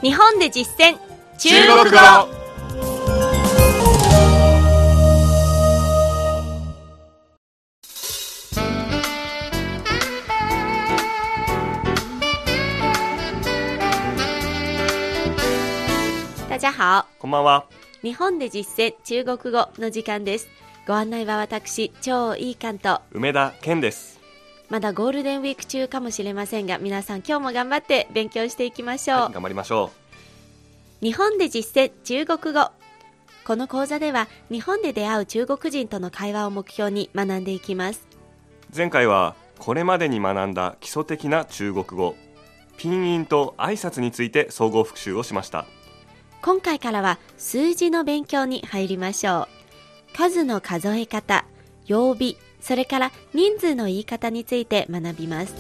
日本で実践中国語。 大家好、 こんばんは。 日本で実践中国語の時間です。ご案内は私、超いい関と梅田健です。 まだゴールデンウィーク中かもしれませんが、皆さん今日も頑張って勉強していきましょう。 はい、頑張りましょ日本で実践中国語。この講座では日本で出会う中国人との会話を目標に学んでいきます。 前回はこれまでに学んだ基礎的な中国語、ピンインと挨拶について総合復習をしました。 今回からは数字の勉強に入りましょう。数の数え方、曜日、それから人数の言い方について学びます。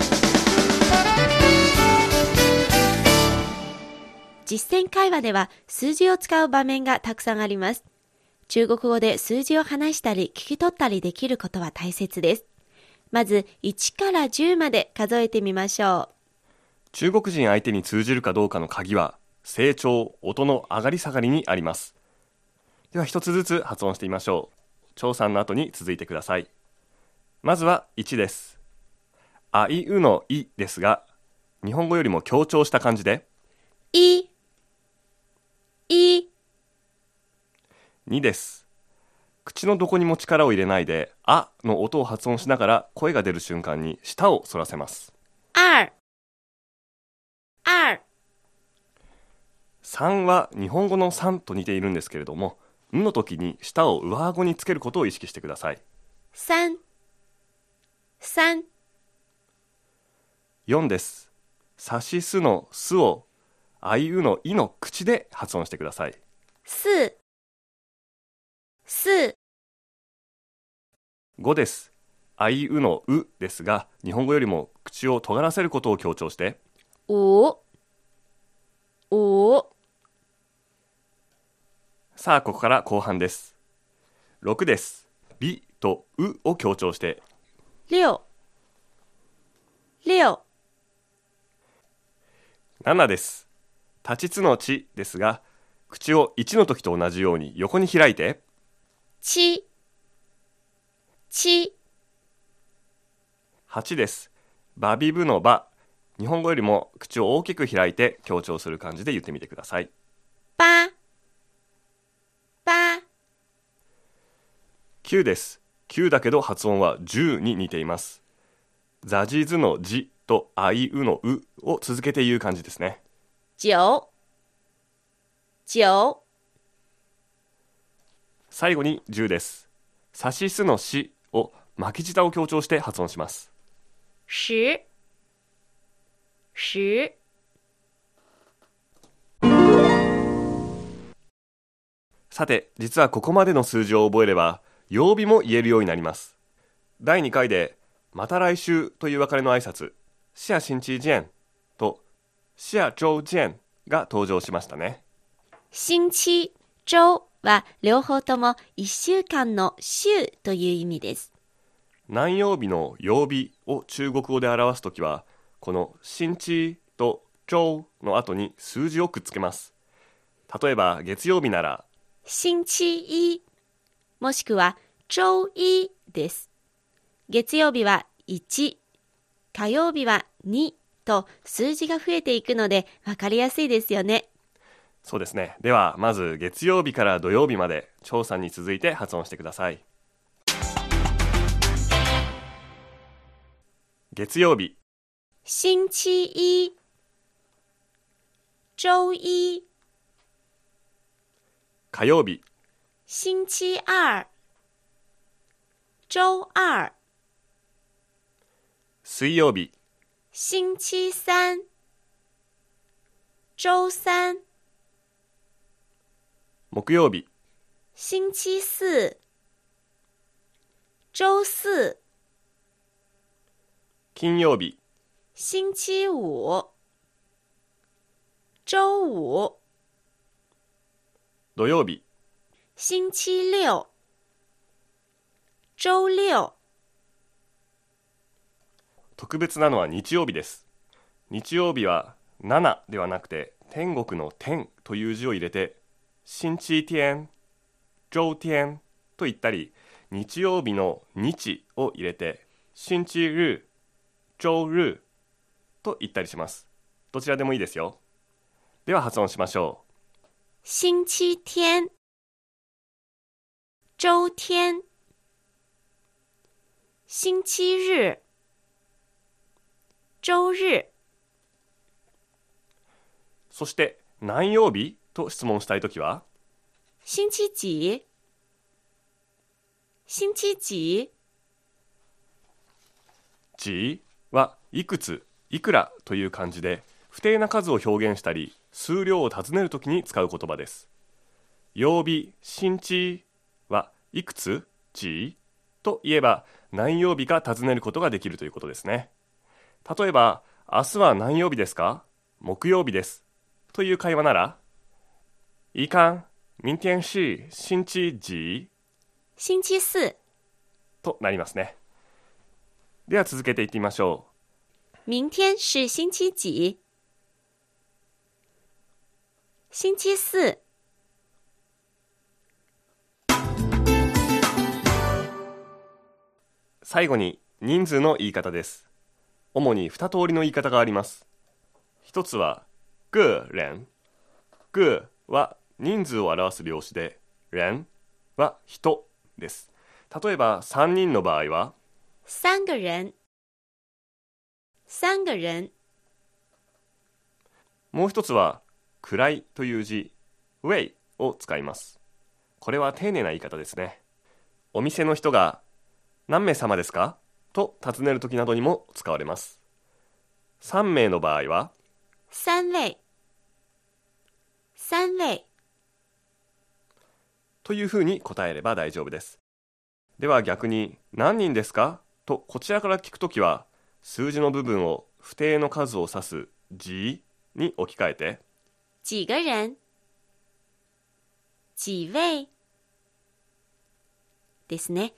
実践会話では数字を使う場面がたくさんあります。中国語で数字を話したり聞き取ったりできることは大切です。まず1から10まで数えてみましょう。 中国人相手に通じるかどうかの鍵は声調、音の上がり下がりにあります。では一つずつ発音してみましょう。張さんの後に続いてください。まずは1です。あいうのいですが、日本語よりも強調した感じでい 2です。口のどこにも力を入れないであの音を発音しながら声が出る瞬間に舌を反らせます。 二 3は日本語の3と似ているんですけれども、んの時に舌を上顎につけることを意識してください。 三 4です。さしすのすをあいうのいの口で発音してください。 四 5です。あいうのうですが、日本語よりも口を尖らせることを強調して五さあここから後半です。6です。りとうを強調して六 7です。立ちつのちですが、口を1の時と同じように横に開いて七 8です。バビブのバ、日本語よりも口を大きく開いて強調する感じで言ってみてください。 八 9です。9だけど発音は10に似ています。ザジズのジとあいうのうを続けて言う感じですね。 九最後に10です。さしすのしを巻き舌を強調して発音します。 十さて、実はここまでの数字を覚えれば曜日も言えるようになります。第2回でまた来週という別れの挨拶、下星期見と下周見が登場しましたね。 星期周は両方とも1週間の週という意味です。 何曜日の曜日を中国語で表すときは、この星期と周の後に数字をくっつけます。例えば月曜日なら星期一もしくは周一です。月曜日は1、火曜日は2と数字が増えていくので分かりやすいですよね。 そうですね。ではまず月曜日から土曜日まで張さんに続いて発音してください。月曜日、 星期一、周一、 火曜日、 星期二、周二、 水曜日、 星期三、周三、 木曜日、 星期四、周四、 金曜日、 星期五、周五、 土曜日、 星期六、周六。 特別なのは日曜日です。日曜日は7ではなくて天国の天という字を入れて星期天、周天と言ったり、日曜日の日を入れて星期日、周日と言ったりします。どちらでもいいですよ。では発音しましょう。 星期天、周天、星期日、周日。 そして何曜日と質問したいときは、 星期几、星期几。 几はいくつ、いくらという漢字で、不定な数を表現したり、数量を尋ねるときに使う言葉です。曜日、星期はいくつ、几と言えば何曜日か尋ねることができるということですね。例えば、明日は何曜日ですか？木曜日です。という会話なら、一看、明天是星期几？ 星期四。 となりますね。では続けていってみましょう。明天是星期几？星期四。 最後に人数の言い方です。主に2通りの言い方があります。一つは个人。个は人数を表す動詞で、人は人です。例えば3人の場合は三个人。三个人。 もう一つは位という字、位を使います。これは丁寧な言い方ですね。お店の人が何名様ですか？と尋ねるときなどにも使われます。3名の場合は三位。三位。 というふうに答えれば大丈夫です。では逆に何人ですか？とこちらから聞くときは、数字の部分を不定の数を指す几に置き換えて、 几个人？几位？ですね。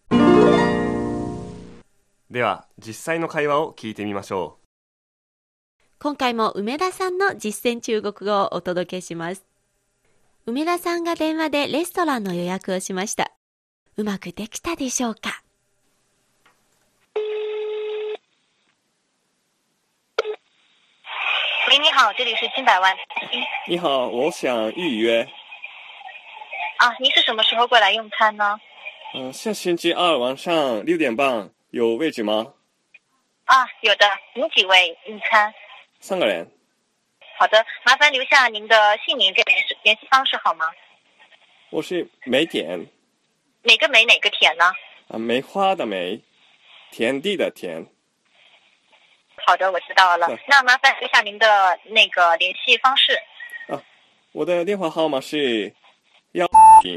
では実際の会話を聞いてみましょう。 今回も梅田さんの実践中国語をお届けします。梅田さんが電話でレストランの予約をしました。うまくできたでしょうか？ 喂，你好，这里是金百万。 你好，我想预约。 啊，您是什么时候过来用餐呢？ 下星期二晚上6点半有位置吗？ 啊，有的。您几位用餐 ？3个人。 好的，麻烦留下您的姓名跟联系方式好吗？ 我是梅田。 哪个梅哪个田呢？ 梅花的梅，田地的田。 好的，我知道了。那麻烦留下您的那个联系方式。 我的电话号码是10171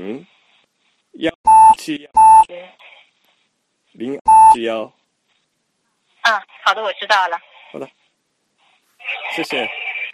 好的，我知道了。 好的，谢谢。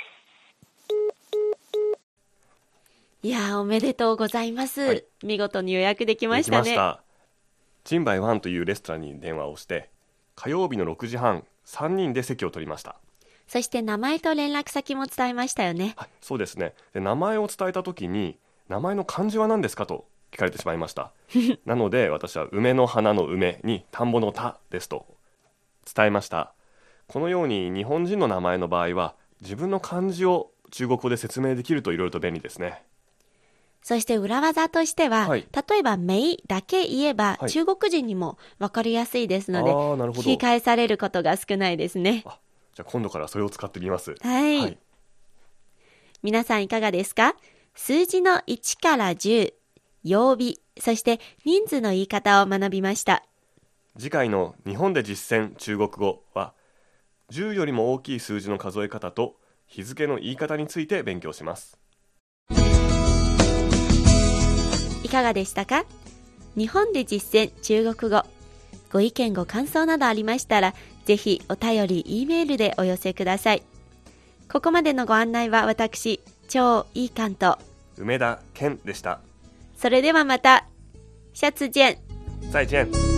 いや、おめでとうございます、 はい、 見事に予約できましたね。 できました。ジンバイワンというレストランに電話をして、火曜日の6時半3人で席を取りました。 そして名前と連絡先も伝えましたよね。 はい、そうですね。で、名前を伝えた時に、名前の漢字は何ですかと聞かれてしまいましたなので私は梅の花の梅に田んぼの田ですと伝えました。このように日本人の名前の場合は自分の漢字を中国語で説明できるといろいろと便利ですね。 そして裏技としては、例えば梅だけ言えば、中国人にも分かりやすいですので、聞き返されることが少ないですね。 じゃあ今度からそれを使ってみます。 はい、皆さんいかがですか？数字の1から10、曜日、そして人数の言い方を学びました。 次回の日本で実践中国語は、10よりも大きい数字の数え方と日付の言い方について勉強します。 いかがでしたか？日本で実践中国語。ご意見ご感想などありましたら、ぜひお便り E メールでお寄せください。ここまでのご案内は私、張いいかんと梅田健でした。 それではまた。下次見。 再見。